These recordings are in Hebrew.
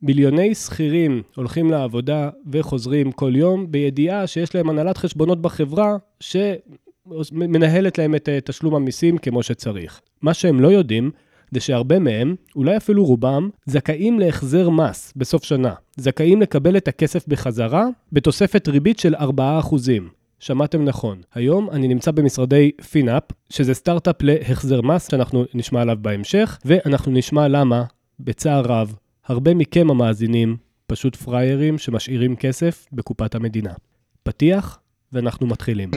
מיליוני שכירים הולכים לעבודה וחוזרים כל יום, בידיעה שיש להם הנהלת חשבונות בחברה, שמנהלת להם את תשלום המיסים כמו שצריך. מה שהם לא יודעים, זה שהרבה מהם, אולי אפילו רובם, זכאים להחזר מס בסוף שנה. זכאים לקבל את הכסף בחזרה, בתוספת ריבית של 4%. שמעתם נכון. היום אני נמצא במשרדי פינאפ, שזה סטארט-אפ להחזר מס, שאנחנו נשמע עליו בהמשך, ואנחנו נשמע למה, בצער רב, הרבה מכם המאזינים, פשוט פריירים שמשאירים כסף בקופת המדינה. פתיח, ואנחנו מתחילים.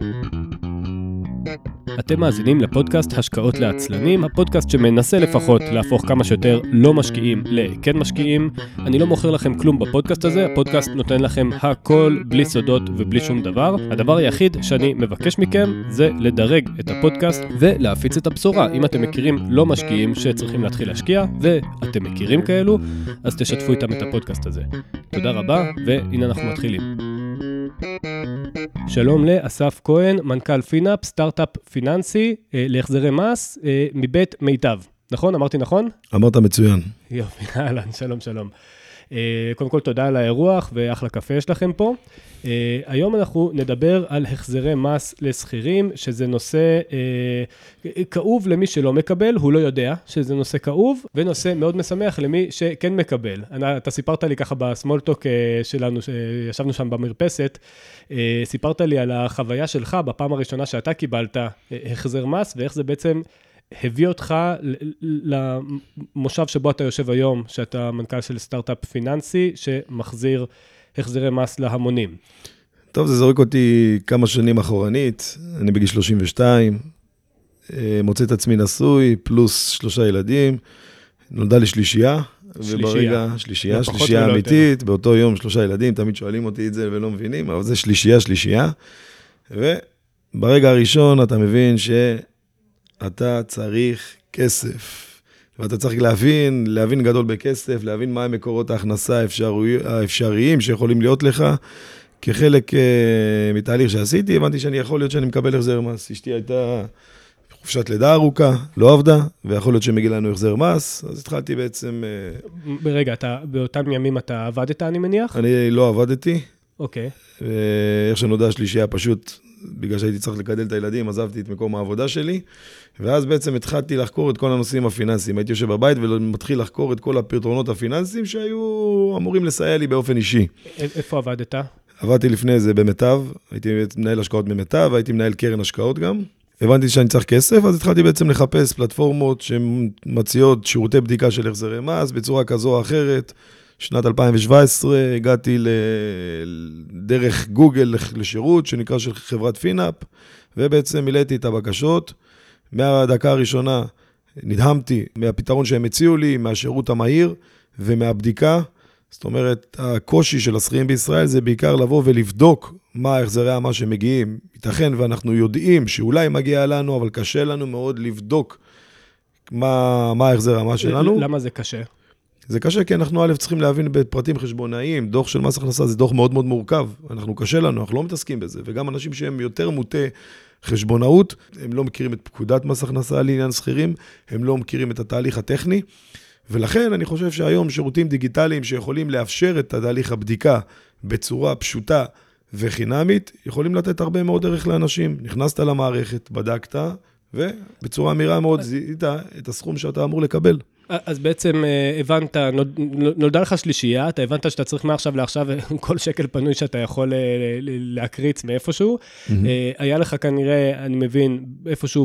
אתם מאזינים לפודקאסט השקעות לעצלנים, הפודקאסט שמנסה לפחות להפוך כמה שיותר לא משקיעים לכן משקיעים. אני לא מוכר לכם כלום בפודקאסט הזה, הפודקאסט נותן לכם הכל בלי סודות ובלי שום דבר. הדבר היחיד שאני מבקש מכם זה לדרג את הפודקאסט ולהפיץ את הבשורה. אם אתם מכירים לא משקיעים שצריכים להתחיל להשקיע, ואתם מכירים כאלו, אז תשתפו איתם את הפודקאסט הזה. תודה רבה, והנה אנחנו מתחילים. שלום לאסף כהן, מנכ"ל פינאפ, סטארט-אפ פיננסי להחזרי מס מבית מיטב. נכון? אמרתי נכון? אמרת מצוין. יופי, אהלן, שלום, שלום. קודם כל תודה על האירוח ואחלה קפה יש לכם פה. היום אנחנו נדבר על החזרי מס לשכירים, שזה נושא כאוב למי שלא מקבל, הוא לא יודע שזה נושא כאוב, ונושא מאוד משמח למי שכן מקבל. אתה סיפרת לי ככה בסמולטוק שלנו, שישבנו שם במרפסת, סיפרת לי על החוויה שלך בפעם הראשונה שאתה קיבלת החזר מס, ואיך זה בעצם הביא אותך למושב שבו אתה יושב היום, שאתה מנכ"ל של סטארט-אפ פיננסי, שמחזיר החזרי מס להמונים. טוב, זה זורק אותי כמה שנים אחורנית, אני בגיל 32, מוצא את עצמי נשוי, פלוס 3 ילדים, נולדה לי שלישייה, שלישייה אמיתית, באותו יום 3 ילדים, תמיד שואלים אותי את זה ולא מבינים, אבל זה שלישייה, וברגע הראשון אתה מבין שאתה צריך כסף, ואתה צריך להבין גדול בכסף, להבין מה הם מקורות ההכנסה האפשריים שיכולים להיות לך. כחלק מתהליך שעשיתי, הבנתי שאני יכול להיות שאני מקבל החזר מס. אשתי הייתה חופשת לידה ארוכה, לא עבדה, ויכול להיות שמגיע לנו החזר מס, אז התחלתי בעצם... ברגע, באותם ימים אתה עבדת, אני מניח? אני לא עבדתי. אוקיי. ואיך שנודע השלישייה פשוט... בגלל שהייתי צריך לקדל את הילדים, עזבתי את מקום העבודה שלי, ואז בעצם התחלתי לחקור את כל הנושאים הפיננסיים. הייתי יושב בבית ומתחיל לחקור את כל הפתרונות הפיננסיים שהיו אמורים לסייע לי באופן אישי. איפה עבדת? עבדתי לפני זה במיטב, הייתי מנהל השקעות במיטב, הייתי מנהל קרן השקעות גם. הבנתי שאני צריך כסף, אז התחלתי בעצם לחפש פלטפורמות שמציעות שירותי בדיקה של החזרי מס בצורה כזו או אחרת. שנת 2017 הגעתי דרך גוגל לשירות שנקרא של חברת פינאפ, ובעצם מילאתי את הבקשות. מהדקה הראשונה נדהמתי מהפתרון שהם הציעו לי, מהשירות המהיר ומהבדיקה. זאת אומרת, הקושי של השכירים בישראל זה בעיקר לבוא ולבדוק מה החזרי המס שמגיעים. ייתכן ואנחנו יודעים שאולי מגיע לנו, אבל קשה לנו מאוד לבדוק מה החזר המס שלנו. למה זה קשה? זה קשה כי אנחנו א' צריכים להבין בפרטים חשבונאיים, דוח של מס הכנסה זה דוח מאוד מאוד מורכב, קשה לנו, אנחנו לא מתעסקים בזה, וגם אנשים שהם יותר מוטי חשבונאות, הם לא מכירים את פקודת מס הכנסה לעניין שכירים, הם לא מכירים את התהליך הטכני, ולכן אני חושב שהיום שירותים דיגיטליים שיכולים לאפשר את תהליך הבדיקה בצורה פשוטה וחינמית, יכולים לתת הרבה מאוד ערך לאנשים. נכנסת למערכת, בדקת, ובצורה אמירה מאוד זיהית את הסכום שאתה אמור לקבל. אז בעצם הבנת, נולדה לך שלישייה, אתה הבנת שאתה צריך מעכשיו לעכשיו כל שקל פנוי שאתה יכול להקריץ מאיפשהו. היה לך כנראה, אני מבין, איפשהו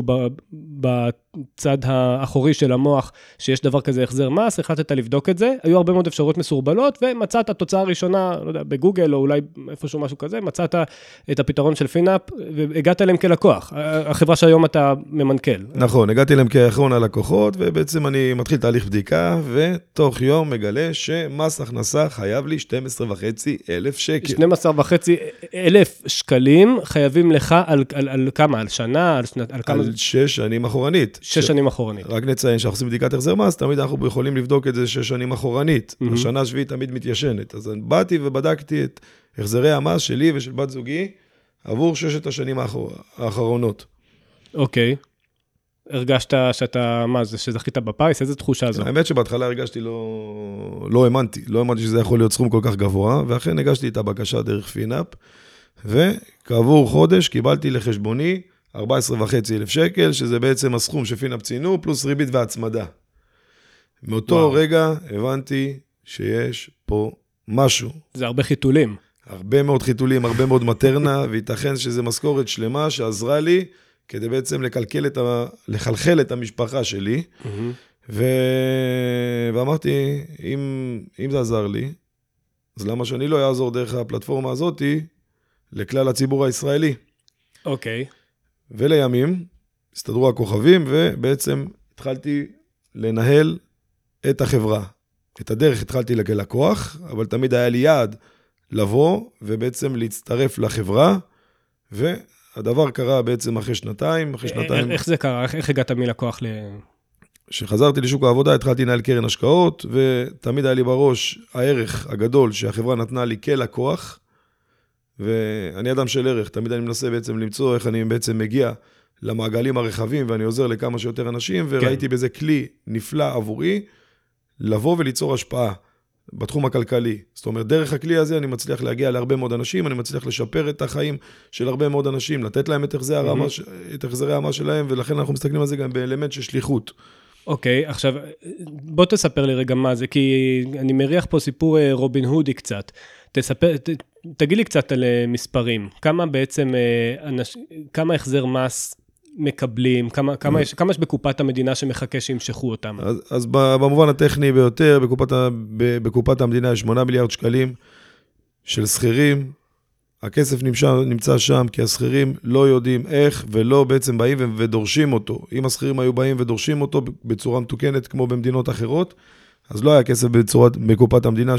בצד האחורי של המוח, שיש דבר כזה החזר מס, החלטת לבדוק את זה, היו הרבה מאוד אפשרויות מסורבלות, ומצאת תוצאה ראשונה, לא יודע, בגוגל או אולי איפשהו משהו כזה, מצאת את הפתרון של פינאפ, והגעת אליהם כלקוח, החברה שהיום אתה ממנכ"ל. נכון, הגעתי אליהם כאחרון הלקוחות, ובעצם אני מתחיל תהליך בדיקה, ותוך יום מגלה שמס הכנסה חייב לי 12,500 שקל. 12,500 שקלים חייבים לך על כמה? על שנה? על כמה? על 6 שנים אחורנית. 6 שנים אחורנית. רק נציין שאנחנו עושים בדיקת החזר מס, תמיד אנחנו יכולים לבדוק את זה 6 שנים אחורנית. השנה השביעית תמיד מתיישנת. אז אני באתי ובדקתי את החזרי המס שלי ושל בת זוגי, עבור 6 השנים האחרונות. אוקיי. הרגשת שאתה, מה זה, שזכית בפיס? איזה תחושה זו? האמת שבהתחלה הרגשתי לא האמנתי שזה יכול להיות סכום כל כך גבוה, ואכן הגשתי את הבקשה דרך פינאפ, וכעבור חודש קיבלתי לחשבוני 14,500 שקל, שזה בעצם הסכום שפינאפ ציינו, פלוס ריבית והצמדה. מאותו רגע הבנתי שיש פה משהו. זה הרבה חיתולים. הרבה מאוד חיתולים, הרבה מאוד מטרנה, וייתכן שזה משכורת שלמה שעזרה לי, כדי בעצם לחלחל את המשפחה שלי, ואמרתי, אם זה עזר לי, אז למה שאני לא יעזור דרך הפלטפורמה הזאת לכלל הציבור הישראלי? אוקיי. ולימים הסתדרו הכוכבים, ובעצם התחלתי לנהל את החברה. את הדרך התחלתי כלקוח, אבל תמיד היה לי יעד לבוא ובעצם להצטרף לחברה, והדבר קרה בעצם אחרי שנתיים. איך זה קרה? איך הגעת מלקוח כשחזרתי לשוק העבודה, התחלתי לנהל קרן השקעות, ותמיד היה לי בראש הערך הגדול שהחברה נתנה לי כלקוח, ואני אדם של ערך, תמיד אני מנסה בעצם למצוא איך אני בעצם מגיע למעגלים הרחבים, ואני עוזר לכמה שיותר אנשים, וראיתי בזה כלי נפלא עבורי, לבוא וליצור השפעה בתחום הכלכלי. זאת אומרת, דרך הכלי הזה אני מצליח להגיע להרבה מאוד אנשים, אני מצליח לשפר את החיים של הרבה מאוד אנשים, לתת להם את החזרי המס שלהם, ולכן אנחנו מסתכלים על זה גם באלמנט של שליחות. אוקיי, עכשיו, בוא תספר לי רגע מה זה, כי אני מריח פה סיפור רובין הודי קצת. תגיד לי קצת על מספרים. כמה בעצם, כמה החזר מס מקבלים, כמה יש בקופת המדינה שמחכה שימשכו אותם? אז במובן הטכני ביותר, בקופת המדינה יש 8 מיליארד שקלים של שכירים. הכסף נמצא שם, כי השכירים לא יודעים איך, ולא בעצם באים ודורשים אותו. אם השכירים היו באים ודורשים אותו בצורה מתוקנת כמו במדינות אחרות, אז לא היה כסף בקופת המדינה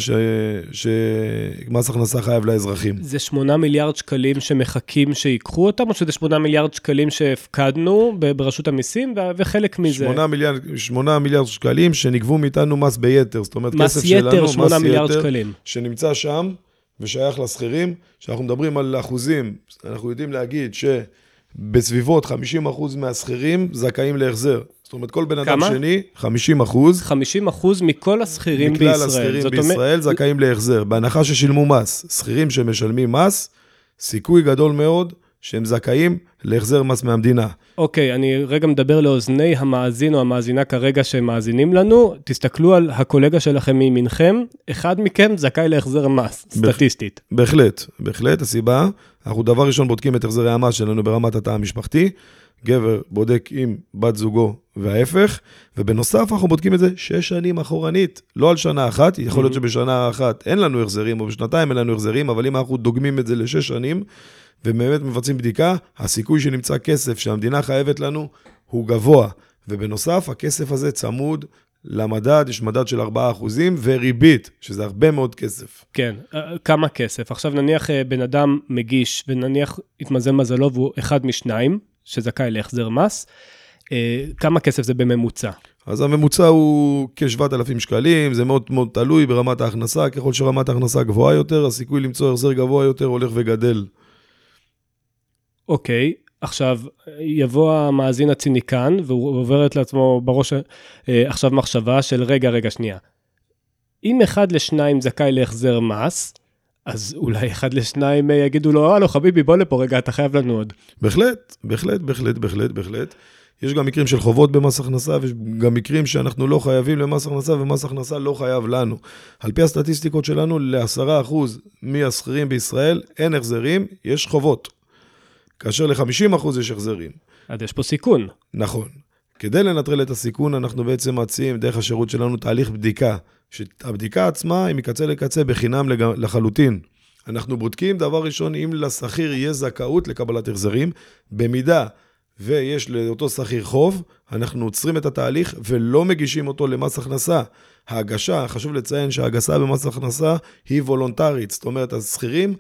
שמס הכנסה חייב לאזרחים. זה 8 מיליארד שקלים שמחכים שיקחו אותם, או שזה 8 מיליארד שקלים שהפקדנו ברשות המיסים, וחלק מזה? 8 מיליארד שקלים שנגבו מאיתנו מס ביתר, זאת אומרת כסף שלנו, מס יתר, 8 מיליארד שקלים. שנמצא שם ושייך לשכירים, שאנחנו מדברים על אחוזים, אנחנו יודעים להגיד שבסביבות 50% מהשכירים זכאים להחזר. זאת אומרת, כל בן אדם שני, 50%. 50% מכל השכירים בישראל. מכלל השכירים בישראל זכאים להחזר. בהנחה ששילמו מס, שכירים שמשלמים מס, סיכוי גדול מאוד שהם זכאים להחזר מס מהמדינה. אוקיי, אני רגע מדבר לאוזני המאזין או המאזינה כרגע שמאזינים לנו. תסתכלו על הקולגה שלכם מימינכם, אחד מכם זכאי להחזר מס, סטטיסטית. בהחלט, הסיבה, אנחנו דבר ראשון בודקים את החזרי המס שלנו ברמת התא המשפחתי, גבר בודק עם בת זוגו וההפך, ובנוסף אנחנו בודקים את זה 6 שנים אחורנית, לא על שנה אחת, יכול להיות שבשנה אחת אין לנו החזרים, או בשנתיים אין לנו החזרים, אבל אם אנחנו דוגמים את זה ל6 שנים, ובאמת מבצעים בדיקה, הסיכוי שנמצא כסף שהמדינה חייבת לנו הוא גבוה, ובנוסף הכסף הזה צמוד למדד, יש מדד של 4% וריבית, שזה הרבה מאוד כסף. כן, כמה כסף? עכשיו נניח בן אדם מגיש, ונניח התמזל מזלו והוא אחד משניים, שזכאי להחזר מס, כמה כסף זה בממוצע? אז הממוצע הוא כ-7,000 שקלים, זה מאוד מאוד תלוי ברמת ההכנסה, ככל שרמת ההכנסה גבוהה יותר, הסיכוי למצוא החזר גבוה יותר הולך וגדל. אוקיי, עכשיו יבוא המאזין הציניקן, והוא עוברת לעצמו בראש עכשיו מחשבה של רגע שנייה. אם 1-2 זכאי להחזר מס, אז אולי 1-2 יגידו לו, לא חביבי, בוא לפה רגע, אתה חייב לנו עוד. בהחלט. יש גם מקרים של חובות במס הכנסה, ויש גם מקרים שאנחנו לא חייבים למס הכנסה, ומס הכנסה לא חייב לנו. על פי הסטטיסטיקות שלנו, ל10% מהשכירים בישראל אין החזרים, יש חובות. כאשר ל50% יש החזרים. אז יש פה סיכון. נכון. כדי לנטרל את הסיכון, אנחנו בעצם מציעים דרך השירות שלנו תהליך בדיקה, שהבדיקה עצמה היא מקצה לקצה בחינם לחלוטין. אנחנו בודקים דבר ראשון, אם לשכיר יהיה זכאות לקבלת החזרים, במידה ויש לאותו שכיר חוב, אנחנו עוצרים את התהליך ולא מגישים אותו למס הכנסה. ההגשה, חשוב לציין שההגשה במס הכנסה היא וולונטרית, זאת אומרת, השכירים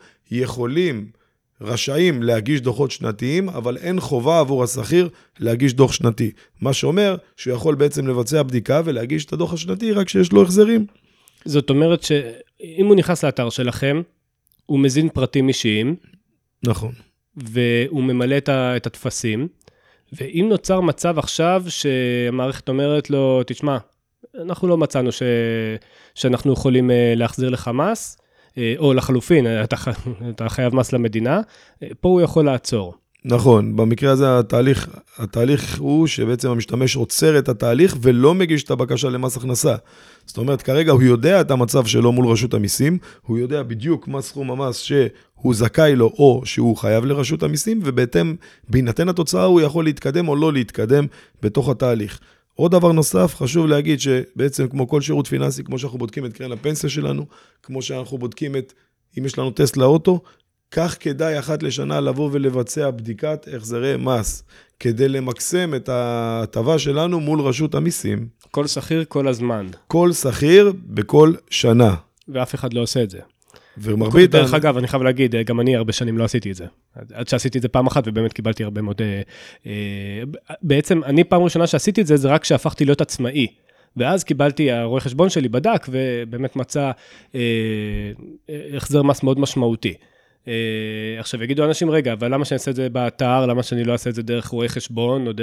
רשאים להגיש דוחות שנתיים, אבל אין חובה עבור השכיר להגיש דוח שנתי. מה שאומר שהוא יכול בעצם לבצע בדיקה ולהגיש את הדוח השנתי רק שיש לו החזרים. זאת אומרת שאם הוא נכנס לאתר שלכם, הוא מזין פרטים אישיים. נכון. והוא ממלא את התפסים, ואם נוצר מצב עכשיו שהמערכת אומרת לו, תשמע, אנחנו לא מצאנו שאנחנו יכולים להחזיר לך מס, או לחלופין, אתה חייב מס למדינה, פה הוא יכול לעצור. נכון, במקרה הזה התהליך הוא שבעצם המשתמש עוצר את התהליך ולא מגיש את הבקשה למס הכנסה. זאת אומרת, כרגע הוא יודע את המצב שלו מול רשות המיסים, הוא יודע בדיוק מה סכום המס שהוא זכאי לו או שהוא חייב לרשות המיסים, ובהתאם, בהינתן התוצאה הוא יכול להתקדם או לא להתקדם בתוך התהליך. עוד דבר נוסף, חשוב להגיד שבעצם כמו כל שירות פיננסי, כמו שאנחנו בודקים את קרן הפנסיה שלנו, כמו שאנחנו בודקים אם יש לנו טסט לאוטו, כך כדאי אחת לשנה לבוא ולבצע בדיקת החזרי מס, כדי למקסם את ההטבה שלנו מול רשות המיסים. כל שכיר כל הזמן. כל שכיר בכל שנה. ואף אחד לא עושה את זה. ומרבית... דרך אגב, אני חייב להגיד, גם אני הרבה שנים לא עשיתי את זה. עד שעשיתי את זה פעם אחת, ובאמת קיבלתי הרבה מאוד... בעצם, אני פעם ראשונה שעשיתי את זה, זה רק שהפכתי להיות עצמאי. ואז קיבלתי, הרואה חשבון שלי בדק, ובאמת מצא החזר מס מאוד משמעותי. עכשיו יגידו אנשים, רגע, אבל למה שאני אעשה את זה באתר, למה שאני לא אעשה את זה דרך רואה חשבון, או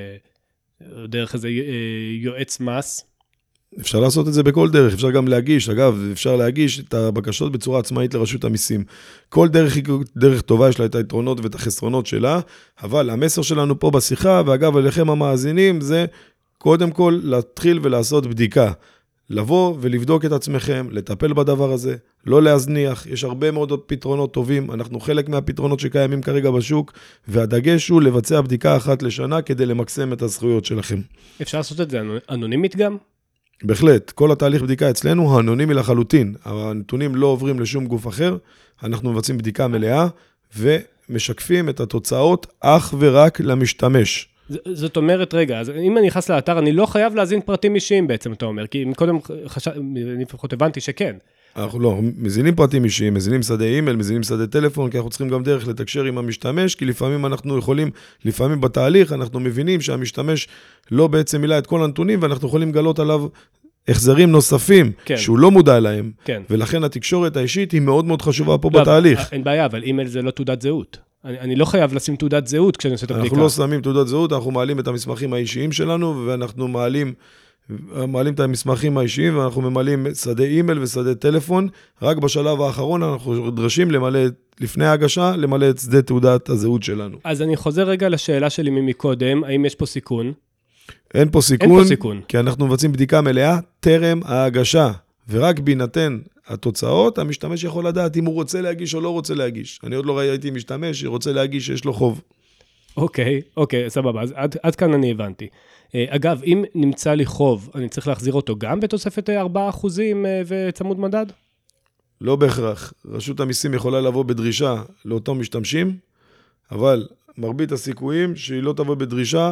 דרך איזה יועץ מס? אפשר לעשות את זה בכל דרך, אפשר גם להגיש, אגב, אפשר להגיש את הבקשות בצורה עצמאית לרשות המיסים. כל דרך היא דרך טובה, יש לה את היתרונות ואת החסרונות שלה, אבל המסר שלנו פה בשיחה, ואגב, אליכם המאזינים, זה קודם כל להתחיל ולעשות בדיקה. לבוא ולבדוק את עצמכם, לטפל בדבר הזה, לא להזניח, יש הרבה מאוד פתרונות טובים, אנחנו חלק מהפתרונות שקיימים כרגע בשוק, והדגש הוא לבצע בדיקה אחת לשנה כדי למקסם את הזכויות שלכם. אפשר לעשות את זה אנונימית גם? בהחלט, כל התהליך בדיקה אצלנו הוא אנונימי לחלוטין, הנתונים לא עוברים לשום גוף אחר, אנחנו מבצעים בדיקה מלאה, ומשקפים את התוצאות אך ורק למשתמש. זאת אומרת, רגע, אז אם אני נכנס לאתר, אני לא חייב להזין פרטים אישיים בעצם, אתה אומר, כי קודם אני לפחות הבנתי שכן. אנחנו לא, מזינים פרטים אישיים, מזינים שדה אימייל, מזינים שדה טלפון, כי אנחנו צריכים גם דרך לתקשר עם המשתמש, כי לפעמים אנחנו יכולים, לפעמים בתהליך, אנחנו מבינים שהמשתמש לא בעצם מילא את כל הנתונים, ואנחנו יכולים לגלות עליו החזרים נוספים, כן. שהוא לא מודע להם, כן. ולכן התקשורת האישית היא מאוד מאוד חשובה פה בתהליך. אין בעיה, אבל אימייל זה לא תעודת זהות. אני לא חייב לשים תעודת זהות כשאני עושה את הבדיקה. אנחנו לא שמים תעודת זהות, אנחנו מעלים את המסמכים האישיים שלנו, ואנחנו מעלים את המסמכים האישיים, ואנחנו ממלאים שדה אימייל ושדה טלפון. רק בשלב האחרון אנחנו דרשים למלא, לפני ההגשה, למלא את שדה תעודת הזהות שלנו. אז אני חוזר רגע לשאלה שלי ממקודם, האם יש פה סיכון? אין פה סיכון, כי אנחנו מבצעים בדיקה מלאה טרם ההגשה, ורק בהינתן התוצאות, המשתמש יכול לדעת אם הוא רוצה להגיש או לא רוצה להגיש. אני עוד לא ראיתי משתמש שרוצה להגיש שיש לו חוב. אוקיי, סבבה, אז עד כאן אני הבנתי. אגב, אם נמצא לי חוב, אני צריך להחזיר אותו גם בתוספת 4% וצמוד מדד? לא בהכרח. רשות המיסים יכולה לבוא בדרישה לאותם משתמשים, אבל מרבית הסיכויים שהיא לא תבוא בדרישה,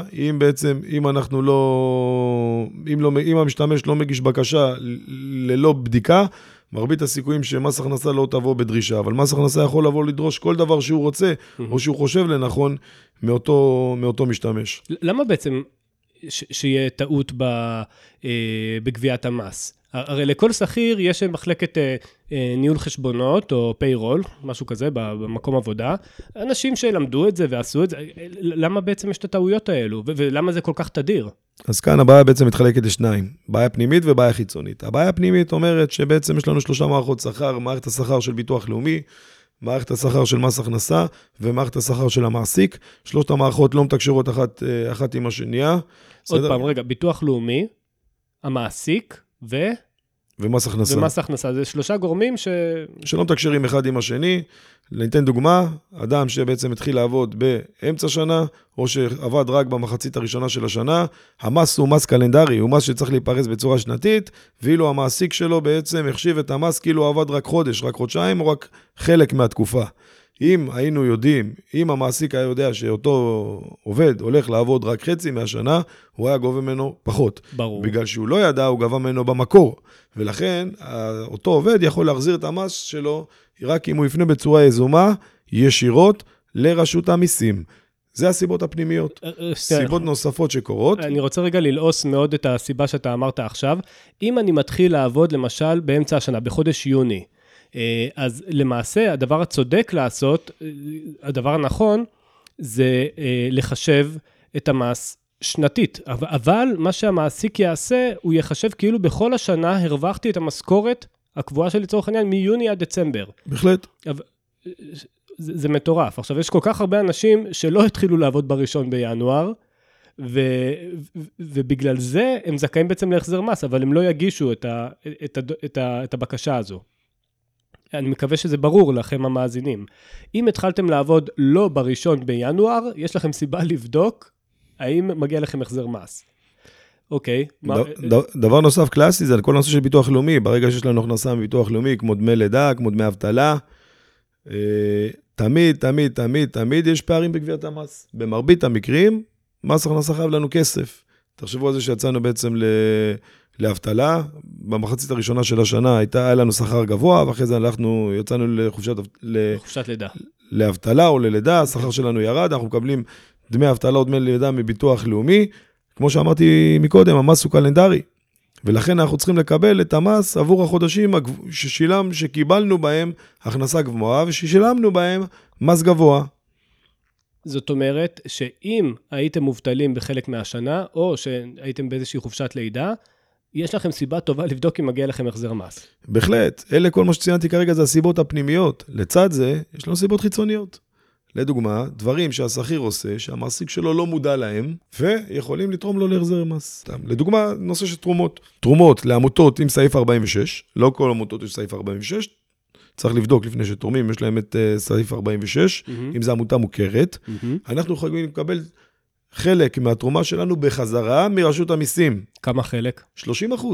אם המשתמש לא מגיש בקשה ללא בדיקה, מרבית הסיכויים שמס הכנסה לא תבוא בדרישה, אבל מס הכנסה יכול לבוא לדרוש כל דבר שהוא רוצה, או שהוא חושב לנכון מאותו משתמש. למה בעצם שיהיה טעות בגביית המס? הרי לכל שכיר יש מחלקת ניהול חשבונות או פיירול, משהו כזה במקום עבודה. אנשים שלמדו את זה ועשו את זה, למה בעצם יש את הטעויות האלו? ולמה זה כל כך תדיר? אז כאן הבעיה בעצם מתחלקת לשניים, בעיה פנימית ובעיה חיצונית. הבעיה הפנימית אומרת שבעצם יש לנו 3 מערכות שכר, מערכת השכר של ביטוח לאומי, מערכת השכר של מס הכנסה ומערכת השכר של המעסיק. 3 המערכות לא מתקשרות אחת עם השנייה. עוד פעם, רגע, ביטוח לאומי, המעסיק ומס הכנסה. ומס הכנסה, זה 3 גורמים שלא מתקשרים אחד עם השני. ניתן דוגמה, אדם שבעצם התחיל לעבוד באמצע שנה, או שעבד רק במחצית הראשונה של השנה, המס הוא מס קלנדרי, הוא מס שצריך להיפרס בצורה שנתית, ואילו המעסיק שלו בעצם החשיב את המס כאילו עבד רק חודש, רק חודשיים, או רק חלק מהתקופה. אם היינו יודעים, אם המעסיק היה יודע שאותו עובד הולך לעבוד רק חצי מהשנה, הוא היה גובה ממנו פחות. ברור. בגלל שהוא לא ידע, הוא גבה ממנו במקור. ולכן, אותו עובד יכול להחזיר את המס שלו, רק אם הוא יפנה בצורה יזומה, ישירות לרשות המיסים. זה הסיבות הפנימיות. סיבות נוספות שקורות. אני רוצה רגע ללעוס מאוד את הסיבה שאתה אמרת עכשיו. אם אני מתחיל לעבוד, למשל, באמצע השנה, בחודש יוני, אז למעשה, הדבר הצודק לעשות, הדבר הנכון, זה לחשב את המס שנתית, אבל מה שהמעסיק יעשה, הוא יחשב כאילו בכל השנה הרווחתי את המשכורת הקבועה שלי לצורך העניין מיוני עד דצמבר. בהחלט. זה מטורף. עכשיו, יש כל כך הרבה אנשים שלא התחילו לעבוד בראשון בינואר, ובגלל זה הם זכאים בעצם להחזר מס, אבל הם לא יגישו את הבקשה הזו. אני מקווה שזה ברור לכם המאזינים. אם התחלתם לעבוד לא בראשון בינואר, יש לכם סיבה לבדוק האם מגיע לכם החזר מס. אוקיי. דבר נוסף קלאסי זה על כל נושא של ביטוח לאומי. ברגע שיש לנו הכנסה מביטוח לאומי, כמו דמי לידה, כמו דמי אבטלה, תמיד יש פערים בגביית המס. במרבית המקרים, מס הכנסה חייב לנו כסף. תחשבו על זה שיצאנו בעצם לאבטלה, במחצית הראשונה של השנה היה לנו שכר גבוה, ואחרי זה יצאנו לחופשת לידה. לאבטלה או ללידה, השכר שלנו ירד, אנחנו מקבלים דמי אבטלה או דמי לידה מביטוח לאומי, כמו שאמרתי מקודם, המס הוא קלנדרי, ולכן אנחנו צריכים לקבל את המס עבור החודשים שקיבלנו בהם הכנסה גבוהה, וששילמנו בהם מס גבוה. זאת אומרת שאם הייתם מובטלים בחלק מהשנה, או שהייתם באיזושהי חופשת לידה, יש לכם סיבה טובה לבדוק אם מגיע לכם החזר מס. בהחלט. אלה כל מה שציינתי כרגע זה הסיבות הפנימיות. לצד זה, יש לנו סיבות חיצוניות. לדוגמה, דברים שהשכיר עושה, שהמעסיק שלו לא מודע להם, ויכולים לתרום לו להחזר מס. לדוגמה, נושא של תרומות. תרומות לעמותות עם סעיף 46, לא כל עמותות יש סעיף 46, צריך לבדוק לפני שתורמים, יש להם את סעיף 46, אם זו עמותה מוכרת. אנחנו יכולים לקבל חלק מהתרומה שלנו בחזרה מרשות המיסים. כמה חלק? 30%.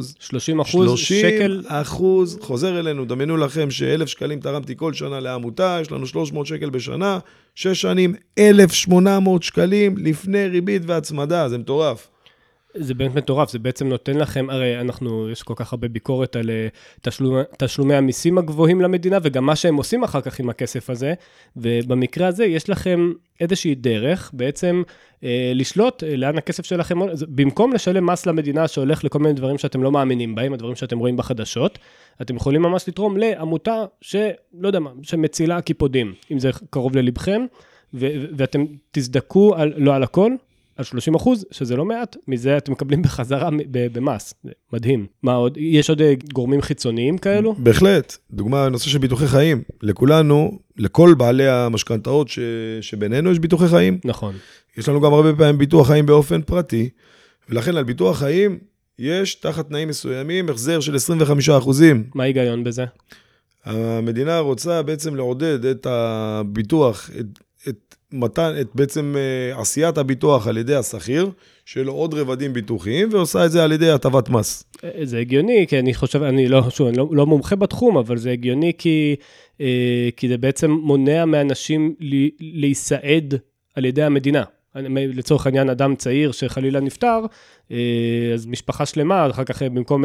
30% שקל? 30% חוזר אלינו. דמיינו לכם ש1,000 שקלים תרמתי כל שנה לעמותה, יש לנו 300 שקל בשנה, 6 שנים, 1,800 שקלים לפני ריבית והצמדה, זה מטורף. זה באמת מטורף, זה בעצם נותן לכם, הרי יש כל כך הרבה ביקורת על תשלומי המיסים הגבוהים למדינה, וגם מה שהם עושים אחר כך עם הכסף הזה, ובמקרה הזה יש לכם איזושהי דרך, בעצם לשלוט לאן הכסף שלכם, במקום לשלם מס למדינה שהולך לכל מיני דברים שאתם לא מאמינים בהם, הדברים שאתם רואים בחדשות, אתם יכולים ממש לתרום לעמותה שלא יודע מה, שמצילה קיפודים, אם זה קרוב ללבכם, ואתם תזדקו לא על הכל, על 30%, שזה לא מעט, מזה אתם מקבלים בחזרה במס. מדהים. מה עוד? יש עוד גורמים חיצוניים כאלו? בהחלט. דוגמה, נושא של ביטוחי חיים. לכולנו, לכל בעלי המשכנתאות שבינינו יש ביטוחי חיים. נכון. יש לנו גם הרבה פעמים ביטוח חיים באופן פרטי, ולכן על ביטוח חיים יש תחת תנאים מסוימים החזר של 25%. מה ההיגיון בזה? המדינה רוצה בעצם לעודד את הביטוח, את בעצם עשיית הביטוח על ידי השכיר, שלו עוד רבדים ביטוחיים, ועושה את זה על ידי הטבת מס. זה הגיוני, כי אני חושב, אני לא מומחה בתחום, אבל זה הגיוני כי זה בעצם מונע מאנשים להיסעד על ידי המדינה. לצורך העניין, אדם צעיר שחלילה נפטר, אז משפחה שלמה, אחר כך במקום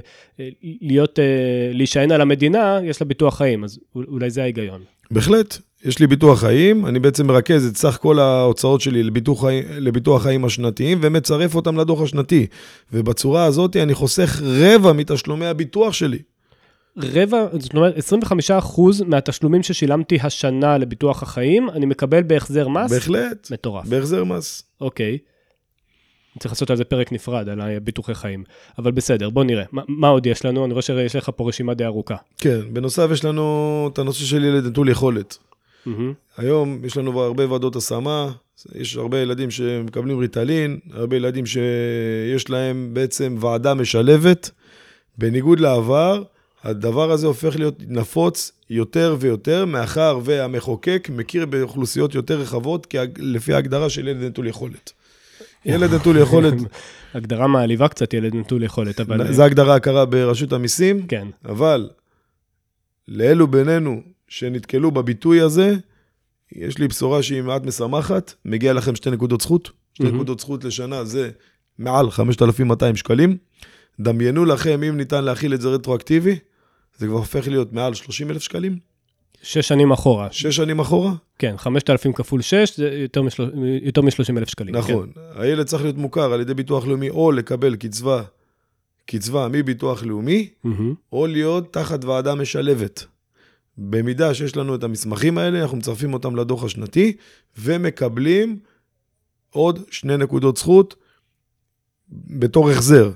להישען על המדינה, יש לה ביטוח חיים, אז אולי זה ההיגיון. בהחלט. יש לי ביטוח חיים, אני בעצם מרכז את סך כל ההוצאות שלי לביטוח חיים השנתיים, ומצרף אותם לדוח השנתי. ובצורה הזאת אני חוסך רבע מתשלומי הביטוח שלי. רבע, זאת אומרת, 25% מהתשלומים ששילמתי השנה לביטוח החיים, אני מקבל בהחזר מס? בהחלט. מטורף. בהחזר מס. אוקיי. צריך לעשות על זה פרק נפרד, על ביטוחי חיים. אבל בסדר, בוא נראה. מה עוד יש לנו? אני רואה שיש לך פה רשימה די ארוכה. כן, בנוסף יש לנו את הנושא של ילד נטול יכולת. היום יש לנו הרבה ועדות השמה, יש הרבה ילדים שמקבלים ריטלין, הרבה ילדים שיש להם בעצם ועדה משלבת. בניגוד לעבר, הדבר הזה הופך להיות נפוץ יותר ויותר, מאחר והמחוקק מכיר באוכלוסיות יותר רחבות, לפי ההגדרה של ילד נטול יכולת. ילד נטול יכולת... הגדרה מעליבה קצת ילד נטול יכולת, אבל... זו הגדרה הכרה ברשות המיסים, כן. אבל לאלו בינינו שנתקלו בביטוי הזה, יש לי בשורה שהיא מעט משמחת, מגיע לכם 2 נקודות זכות, 2 נקודות זכות לשנה זה מעל 5,200 שקלים, דמיינו לכם אם ניתן להכיל את זה רטרואקטיבי, זה כבר הופך להיות מעל 30,000 שקלים. 6 שנים אחורה. 6 שנים אחורה? כן, 5,000 כפול 6, זה יותר מ-30,000 שקלים. נכון. כן. הילד צריך להיות מוכר על ידי ביטוח לאומי, או לקבל קצבה מביטוח לאומי, או להיות תחת ועדה משלבת. במידה שיש לנו את המסמכים האלה, אנחנו מצרפים אותם לדוח השנתי, ומקבלים עוד 2 נקודות זכות בתור החזר.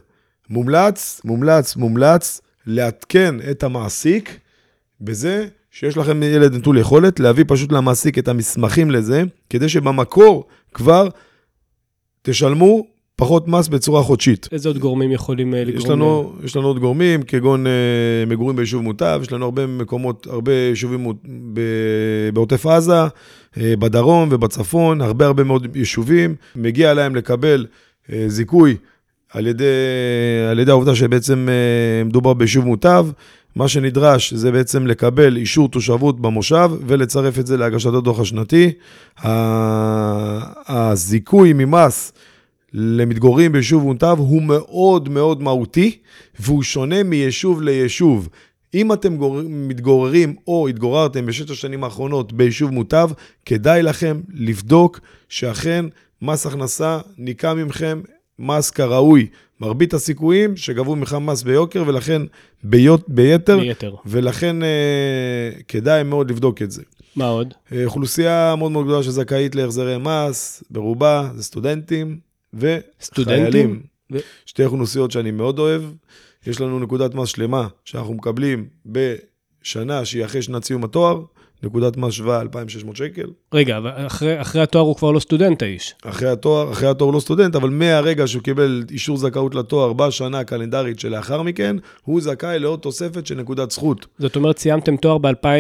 מומלץ לעדכן את המעסיק בזה שיש לכם ילד נטול יכולת, להביא פשוט למעסיק את המסמכים לזה, כדי שבמקור כבר תשלמו פחות מס בצורה חודשית. איזה עוד גורמים יכולים לגרום? יש לנו עוד גורמים, כגון מגורים ביישוב מוטב, יש לנו הרבה מקומות, הרבה יישובים בעוטף עזה, בדרום ובצפון, הרבה מאוד יישובים, מגיע להם לקבל זיכוי על ידי העובדה שבעצם מדובר ביישוב מוטב. מה שנדרש זה בעצם לקבל אישור תושבות במושב ולצרף את זה להגשת הדוח השנתי. הזיכוי ממס למתגוררים ביישוב מוטב הוא מאוד מאוד מהותי, והוא שונה מיישוב ליישוב. אם אתם מתגוררים או התגוררתם בששת השנים האחרונות ביישוב מוטב, כדאי לכם לבדוק שאכן מס הכנסה ניקה ממכם מס כראוי. מרבית הסיכויים שגבו מכם מס ביוקר, ולכן ביתר. ולכן כדאי מאוד לבדוק את זה. מה עוד? אוכלוסייה מאוד מאוד גדולה שזכאית להחזרי מס, ברובה זה סטודנטים וחיילים. שתי אוכלוסיות שאני מאוד אוהב. יש לנו נקודת מס שלמה שאנחנו מקבלים בשנה שהיא אחרי שנת סיום התואר, נקודת מס שווה 2,600 שקל. רגע, אחרי התואר הוא כבר לא סטודנט האיש. אחרי התואר הוא לא סטודנט, אבל מהרגע שהוא קיבל אישור זכאות לתואר בשנה הקלנדרית שלאחר מכן, הוא זכאי לעוד תוספת של נקודת זכות. זאת אומרת, סיימתם תואר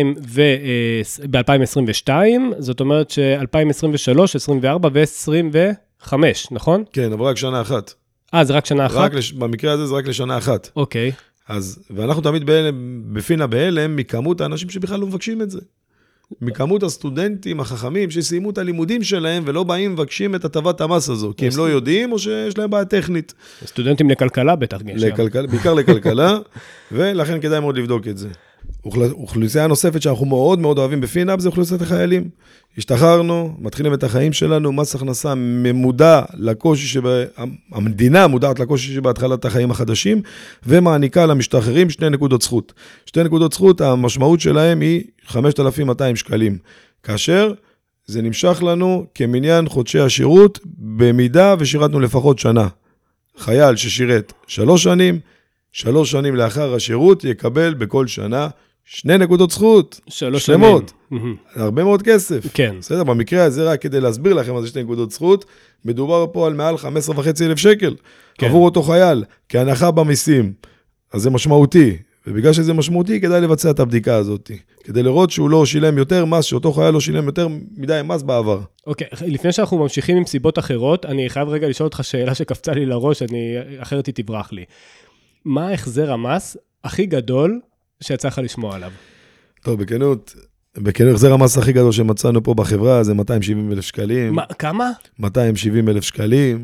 ב-2022, זאת אומרת ש-2023, 2024 ו-2025, נכון? כן, אבל רק שנה אחת. זה רק שנה אחת? במקרה הזה זה רק לשנה אחת. אוקיי. ואנחנו תמיד בפינה בהלם מכמות האנשים שבכלל לא מבקשים את זה. מכמות הסטודנטים החכמים שסיימו את הלימודים שלהם ולא באים מבקשים את הטבת המס הזו, כי הם לא יודעים או שיש להם בעיה טכנית. סטודנטים לכלכלה בטח. בעיקר לכלכלה, ולכן כדאי מאוד לבדוק את זה. אוכלוסייה נוספת שאנחנו מאוד מאוד אוהבים בפינאפ זה אוכלוסיית החיילים. השתחררנו, מתחילים את החיים שלנו, מס הכנסה ממודע לקושי המדינה מודעת לקושי שבהתחלת החיים החדשים, ומעניקה למשתחררים 2 נקודות זכות. 2 נקודות זכות, המשמעות שלהם היא 5,200 שקלים. כאשר זה נמשך לנו כמניין חודשי השירות, במידה ושירתנו לפחות שנה. חייל ששירת 3 שנים, 3 שנים לאחר השירות יקבל בכל שנה 2 נקודות זכות. 3 שנים. הרבה מאוד כסף. כן. בסדר, במקרה הזה רק כדי להסביר לכם מה זה 2 נקודות זכות, מדובר פה על מעל 15,500 שקל. כן. עבור אותו חייל, כהנחה במיסים. אז זה משמעותי. ובגלל שזה משמעותי, כדאי לבצע את הבדיקה הזאת. כדי לראות שהוא לא שילם יותר מס, שאותו חייל לא שילם יותר מדי מס בעבר. אוקיי, לפני שאנחנו ממשיכים עם סיבות אחרות, אני חייב רגע לשאול אותך שאלה שקפצה לי לראש, אחרת היא תברח לי. מה ההחזר המס הכי גדול שיצא לך לשמוע עליו? טוב, בכנות, החזר המס הכי גדול שמצאנו פה בחברה זה 270,000 שקלים. כמה? 270,000 שקלים.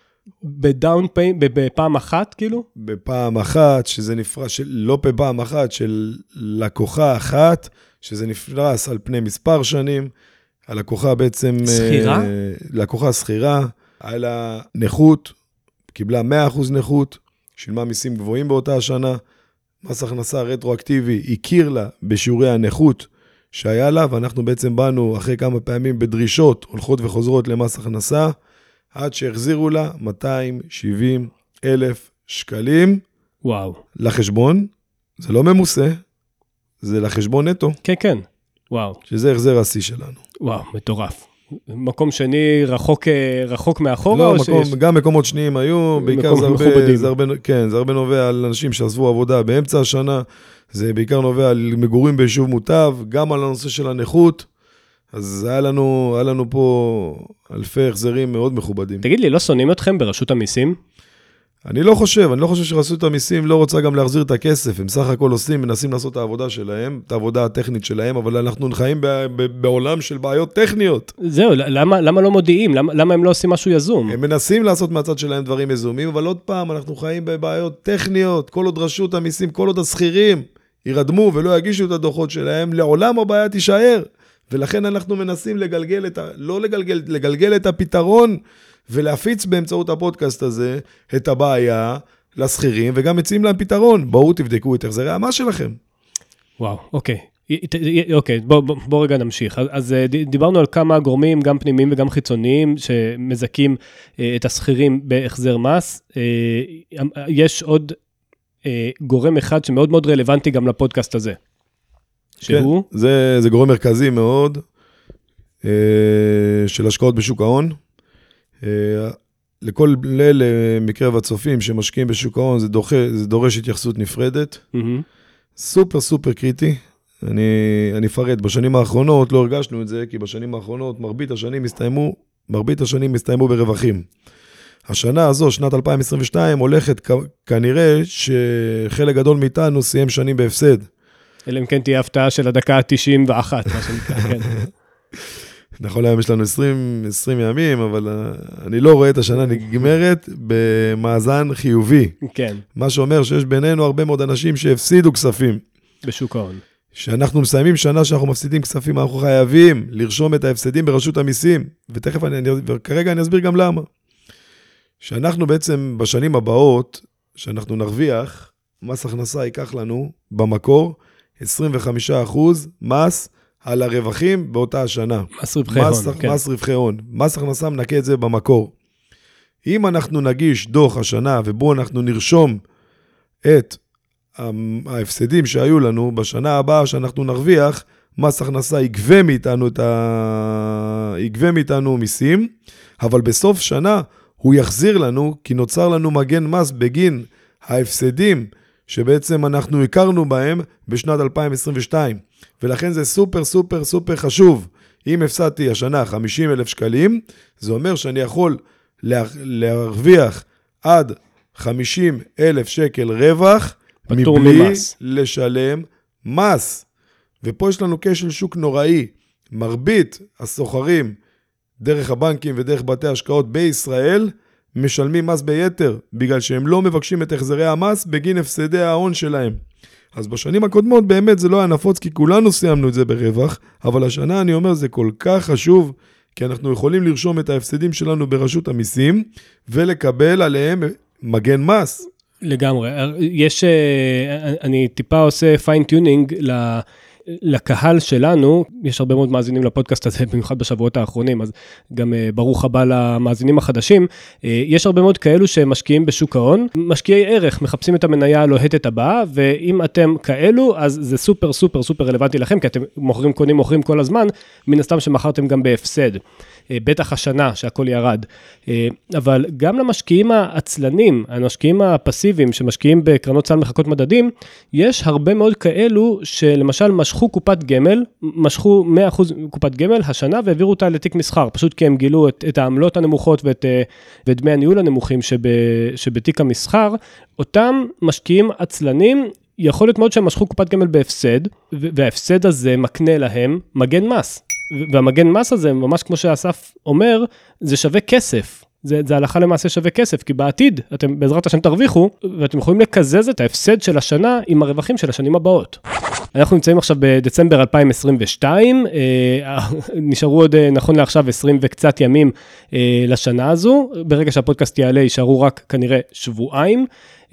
בדאון פיין, בפעם אחת כאילו? בפעם אחת, שזה נפרס, לא בפעם אחת, של לקוחה אחת, שזה נפרס על פני מספר שנים. הלקוחה בעצם... שכירה? לקוחה שכירה, היה לה נכות, קיבלה 100% נכות, שילמה מיסים גבוהים באותה השנה, מס הכנסה רטרואקטיבי הכיר לה בשיעורי הנכות שהיה לה, ואנחנו בעצם באנו אחרי כמה פעמים בדרישות הולכות וחוזרות למס הכנסה, עד שהחזירו לה 270,000 שקלים. וואו. לחשבון, זה לא ממוסה, זה לחשבון נטו. כן, כן. וואו. שזה החזר השיא שלנו. וואו, מטורף. מקום שני רחוק מאחורה? לא, גם מקומות שניים היו, בעיקר זה הרבה נובע על אנשים שעזבו עבודה באמצע השנה, זה בעיקר נובע על מגורים ביישוב מוטב, גם על הנושא של הנכות, אז היה לנו פה אלפי החזרים מאוד מכובדים. תגיד לי, לא שונאים אתכם ברשות המיסים? אני לא חושב שרשות המיסים לא רוצה גם להחזיר את הכסף, הם סך הכל מנסים לעשות את העבודה שלהם, את העבודה הטכנית שלהם, אבל אנחנו חיים בעולם של בעיות טכניות. זהו, למה לא מודיעים? למה הם לא עושים משהו יזום? הם מנסים לעשות מהצד שלהם דברים יזומים, אבל עוד פעם, אנחנו חיים בבעיות טכניות, כל עוד רשות המיסים, כל עוד השכירים ירדמו ולא יגישו את הדוחות שלהם, לעולם הבעיה תישאר, ולכן אנחנו מנסים לגלגל את הפתרון, ולהפיץ באמצעות הפודקאסט הזה את הבעיה לסחירים, וגם מציעים להם פתרון. בואו תבדקו את החזרי המס שלכם. וואו, אוקיי. אוקיי, בוא רגע נמשיך. אז דיברנו על כמה גורמים, גם פנימיים וגם חיצוניים, שמזכים את השכירים בהחזר מס. יש עוד גורם אחד שמאוד מאוד רלוונטי גם לפודקאסט הזה. שהוא? כן, זה גורם מרכזי מאוד של השקעות בשוק ההון. לכל מקרב הצופים שמשקיעים בשוק ההון, זה דורש התייחסות נפרדת. סופר סופר קריטי. אני אפרט, בשנים האחרונות לא הרגשנו את זה, כי בשנים האחרונות מרבית השנים הסתיימו ברווחים. השנה הזו, שנת 2022, הולכת כנראה שחלק גדול מאיתנו סיים שנים בהפסד. אלא אם כן תהיה הפתעה של הדקה ה-91, מה שנקרא, כן. נכון, היום יש לנו 20 ימים, אבל אני לא רואה את השנה נגמרת במאזן חיובי. כן. מה שאומר שיש בינינו הרבה מאוד אנשים שהפסידו כספים. בשוק ההון. שאנחנו מסיימים שנה שאנחנו מפסידים כספים, אנחנו חייבים לרשום את ההפסדים ברשות המיסים, וכרגע אני אסביר גם למה. שאנחנו בעצם בשנים הבאות, שאנחנו נרוויח, מס הכנסה ייקח לנו במקור 25% מס על הרווחים באותה השנה. מס רווחי הון, כן. מס רווחי הון. מס הכנסה מנקה את זה במקור. אם אנחנו נגיש דוח השנה, ובו אנחנו נרשום את ההפסדים שהיו לנו בשנה הבאה שאנחנו נרוויח, מס הכנסה יגבה מאיתנו מיסים, אבל בסוף שנה הוא יחזיר לנו, כי נוצר לנו מגן מס בגין ההפסדים שבעצם אנחנו הכרנו בהם בשנת 2022. ולכן זה סופר סופר סופר חשוב. אם הפסדתי השנה 50,000 שקלים, זה אומר שאני יכול להרוויח עד 50,000 שקל רווח, מבלי לשלם מס. ופה יש לנו כשל שוק נוראי. מרבית הסוחרים דרך הבנקים ודרך בתי השקעות בישראל משלמים מס ביתר, בגלל שהם לא מבקשים את החזרי המס בגין הפסדי ההון שלהם. אז בשנים הקודמות באמת זה לא היה נפוץ, כי כולנו סיימנו את זה ברווח, אבל השנה אני אומר זה כל כך חשוב, כי אנחנו יכולים לרשום את ההפסדים שלנו ברשות המיסים, ולקבל עליהם מגן מס. לגמרי. אני טיפה עושה פיין-טיונינג לקהל שלנו, יש הרבה מאוד מאזינים לפודקאסט הזה, במיוחד בשבועות האחרונים, אז גם ברוך הבא למאזינים החדשים. יש הרבה מאוד כאלו שמשקיעים בשוק ההון, משקיעי ערך, מחפשים את המניה הלוהטת הבאה, ואם אתם כאלו, אז זה סופר סופר סופר רלוונטי לכם, כי אתם מוכרים כל הזמן, מן הסתם שמכרתם גם בהפסד. בטח השנה שהכל ירד. אבל גם למשקיעים העצלנים, המשקיעים הפסיביים שמשקיעים בקרנות סל מחלקות מדדים, יש הרבה מאוד כאלו שלמשל משכו קופת גמל, משכו 100% קופת גמל השנה והעבירו אותה לתיק מסחר, פשוט כי הם גילו את העמלות הנמוכות ואת דמי הניהול הנמוכים שבתיק המסחר. אותם משקיעים עצלנים, יכול להיות מאוד שהם משכו קופת גמל בהפסד, וההפסד הזה מקנה להם מגן מס. והמגן מס הזה, ממש כמו שאסף אומר, זה שווה כסף. זה הלכה למעשה שווה כסף, כי בעתיד אתם בעזרת השם תרוויחו, ואתם יכולים לקזז את ההפסד של השנה עם הרווחים של השנים הבאות. אנחנו נמצאים עכשיו בדצמבר 2022, נשארו עוד נכון לעכשיו 20 וקצת ימים לשנה הזו, ברגע שהפודקאסט יעלה יישארו רק כנראה שבועיים,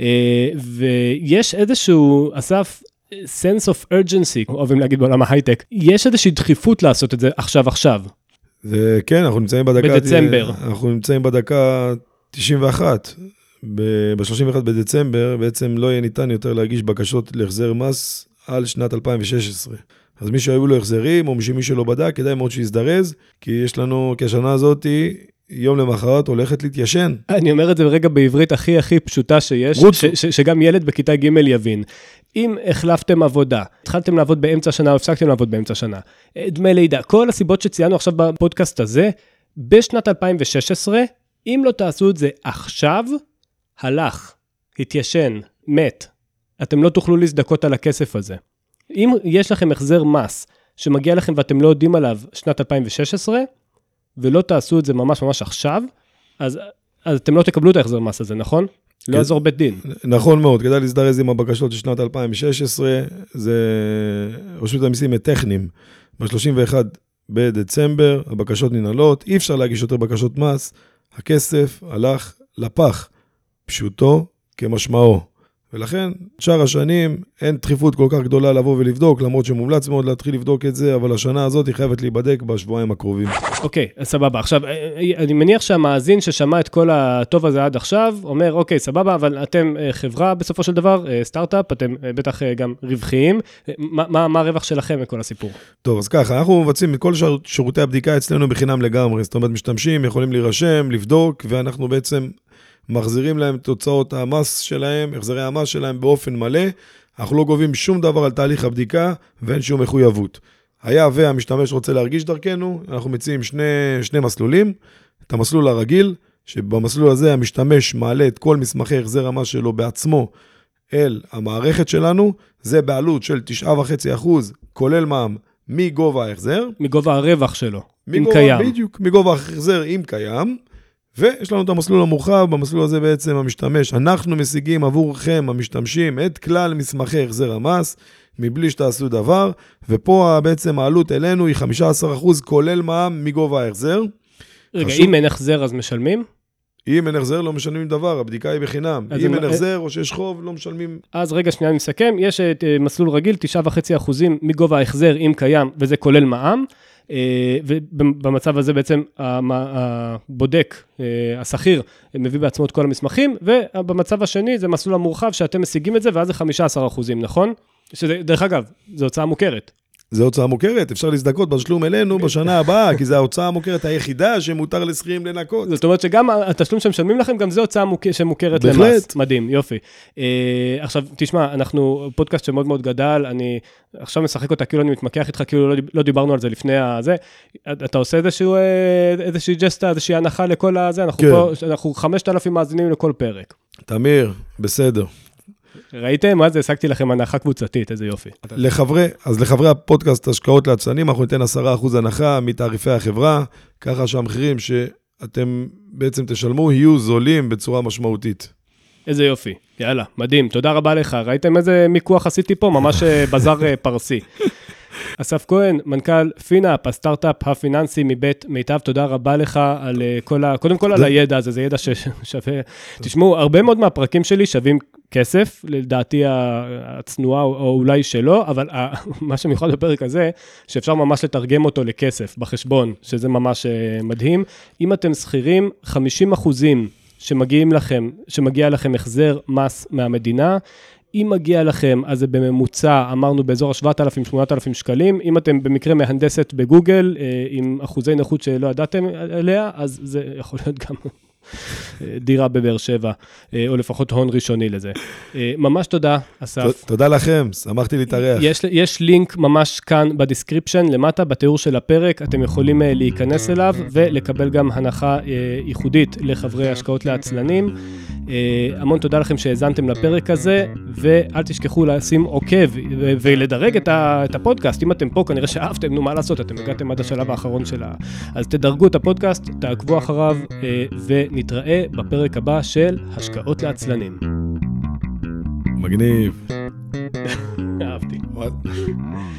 ויש איזשהו, אסף, sense of urgency, אוהבים להגיד בעולם ההייטק, יש איזושהי דחיפות לעשות את זה עכשיו. זה כן, אנחנו נמצאים בדצמבר. אנחנו נמצאים בדקה 91. ב-31 בדצמבר בעצם לא יהיה ניתן יותר להגיש בקשות להחזר מס על שנת 2016. אז מי שהיו לו החזרים, או מי שלא בדק, כדאי מאוד שיזדרז, כי יש לנו, כי השנה הזאת יום למחרת הולכת להתיישן. אני אומר את זה ברגע בעברית הכי פשוטה שיש, שגם ילד בכיתה ג' יבין. אם החלפתם עבודה, התחלתם לעבוד באמצע שנה, או הפסקתם לעבוד באמצע שנה, דמי לידה, כל הסיבות שציינו עכשיו בפודקאסט הזה, בשנת 2016, אם לא תעשו את זה עכשיו, הלך, התיישן, מת. אתם לא תוכלו להזדכות על הכסף הזה. אם יש לכם החזר מס, שמגיע לכם ואתם לא יודעים עליו שנת 2016, ולא תעשו את זה ממש עכשיו, אז אתם לא תקבלו את ההחזר מס הזה, נכון? לא יעזור בית דין. נכון מאוד, כדאי להזדרז עם הבקשות של שנת 2016, זה רשות המיסים הטכניים. ב-31 בדצמבר, הבקשות ננעלות, אי אפשר להגיש יותר בקשות מס, הכסף הלך לפח, פשוטו כמשמעו. ולכן, שאר השנים, אין דחיפות כל כך גדולה לבוא ולבדוק, למרות שמומלץ מאוד להתחיל לבדוק את זה, אבל השנה הזאת היא חייבת להיבדק בשבועיים הקרובים. אוקיי, סבבה. עכשיו, אני מניח שהמאזין ששמע את כל הטוב הזה עד עכשיו, אומר, אוקיי, סבבה, אבל אתם חברה בסופו של דבר, סטארט-אפ, אתם בטח גם רווחיים. מה הרווח שלכם מכל הסיפור? טוב, אז ככה, אנחנו מבצעים את כל שירותי הבדיקה אצלנו בחינם לגמרי. זאת אומרת, משתמשים, יכולים להירשם, לבדוק, ואנחנו בעצם מחזירים להם את תוצאות המס שלהם, החזרי המס שלהם באופן מלא. אנחנו לא גובים שום דבר על תהליך הבדיקה, ואין שום מחויבות. היה והמשתמש רוצה להרגיש דרכנו, אנחנו מציעים שני מסלולים. את המסלול הרגיל, שבמסלול הזה המשתמש מעלה את כל מסמכי החזר המס שלו בעצמו אל המערכת שלנו, זה בעלות של 9.5%, כולל מע"מ, מגובה ההחזר. מגובה הרווח שלו, אם קיים. בדיוק, מגובה ההחזר אם קיים. ויש לנו את המסלול המורחב, במסלול הזה בעצם המשתמש, אנחנו משיגים עבורכם המשתמשים את כלל מסמכי החזר המס, מבלי שתעשו דבר, ופה בעצם העלות אלינו היא 15% כולל מע"מ מגובה ההחזר. רגע, אם אין החזר אז משלמים? אם אין החזר לא משלמים דבר, הבדיקה היא בחינם. אם אין החזר או שיש חוב לא משלמים. אז רגע שנייה מסכם, יש מסלול רגיל 9.5% מגובה ההחזר אם קיים, וזה כולל מע"מ. ובמצב הזה בעצם הבודק, השכיר, מביא בעצמו את כל המסמכים, ובמצב השני זה מסלול המורחב שאתם משיגים את זה, ואז זה 15%, נכון? שזה, דרך אגב, זו הוצאה מוכרת. זו הוצאה מוכרת, אפשר להזדקות בתשלום אלינו בשנה הבאה, כי זו ההוצאה המוכרת היחידה שמותר לשכירים לנקות. זאת אומרת שגם התשלום שמשלמים לכם, גם זו הוצאה שמוכרת למס. מדהים, יופי. עכשיו, תשמע, אנחנו פודקאסט שמאוד מאוד גדל, אני עכשיו משחק אותה, כאילו אני מתמקח איתך, כאילו לא דיברנו על זה לפני הזה. אתה עושה איזושהי ג'סטה, איזושהי הנחה לכל הזה, אנחנו 5,000 מאזינים לכל פרק. תמיר, בסדר. ראיתם? מה זה? השגתי לכם הנחה קבוצתית, איזה יופי. אז לחברי הפודקאסט השקעות לעצלנים, אנחנו ניתן 10% הנחה מתעריפי החברה, ככה שהמחירים שאתם בעצם תשלמו יהיו זולים בצורה משמעותית. איזה יופי, יאללה, מדהים, תודה רבה לך. ראיתם איזה מיקוח עשיתי פה? ממש בזר פרסי. אסף כהן, מנכ"ל פינאפ, הסטארט-אפ הפיננסי מבית מיטב, תודה רבה לך על קודם כל על הידע הזה, זה ידע ששווה, תשמעו, הרבה מאוד מהפרקים שלי שווים כסף, לדעתי הצנועה או אולי שלא, אבל מה שמיוחד בפרק הזה, שאפשר ממש לתרגם אותו לכסף בחשבון, שזה ממש מדהים. אם אתם שכירים, 50% שמגיע לכם החזר מס מהמדינה, אם מגיע לכם, אז זה בממוצע, אמרנו באזור ה-7,000-8,000 שקלים, אם אתם במקרה מהנדסת בגוגל, עם אחוזי נכות שלא ידעתם עליה, אז זה יכול להיות גם דירה בבאר שבע, או לפחות הון ראשוני לזה. ממש תודה, אסף. תודה לכם, שמחתי להתארח. יש לינק ממש כאן בדיסקריפשן, למטה, בתיאור של הפרק, אתם יכולים להיכנס אליו, ולקבל גם הנחה ייחודית לחברי השקעות לעצלנים. המון תודה לכם שהאזנתם לפרק הזה, ואל תשכחו לשים עוקב, ולדרג את הפודקאסט. אם אתם פה, כנראה שאהבתם, נו מה לעשות, אתם הגעתם עד השלב האחרון שלה. אז תדרגו את הפודקאסט, תעקבו אחריו, ונתראה בפרק הבא של השקעות לעצלנים. מגניב. אהבתי.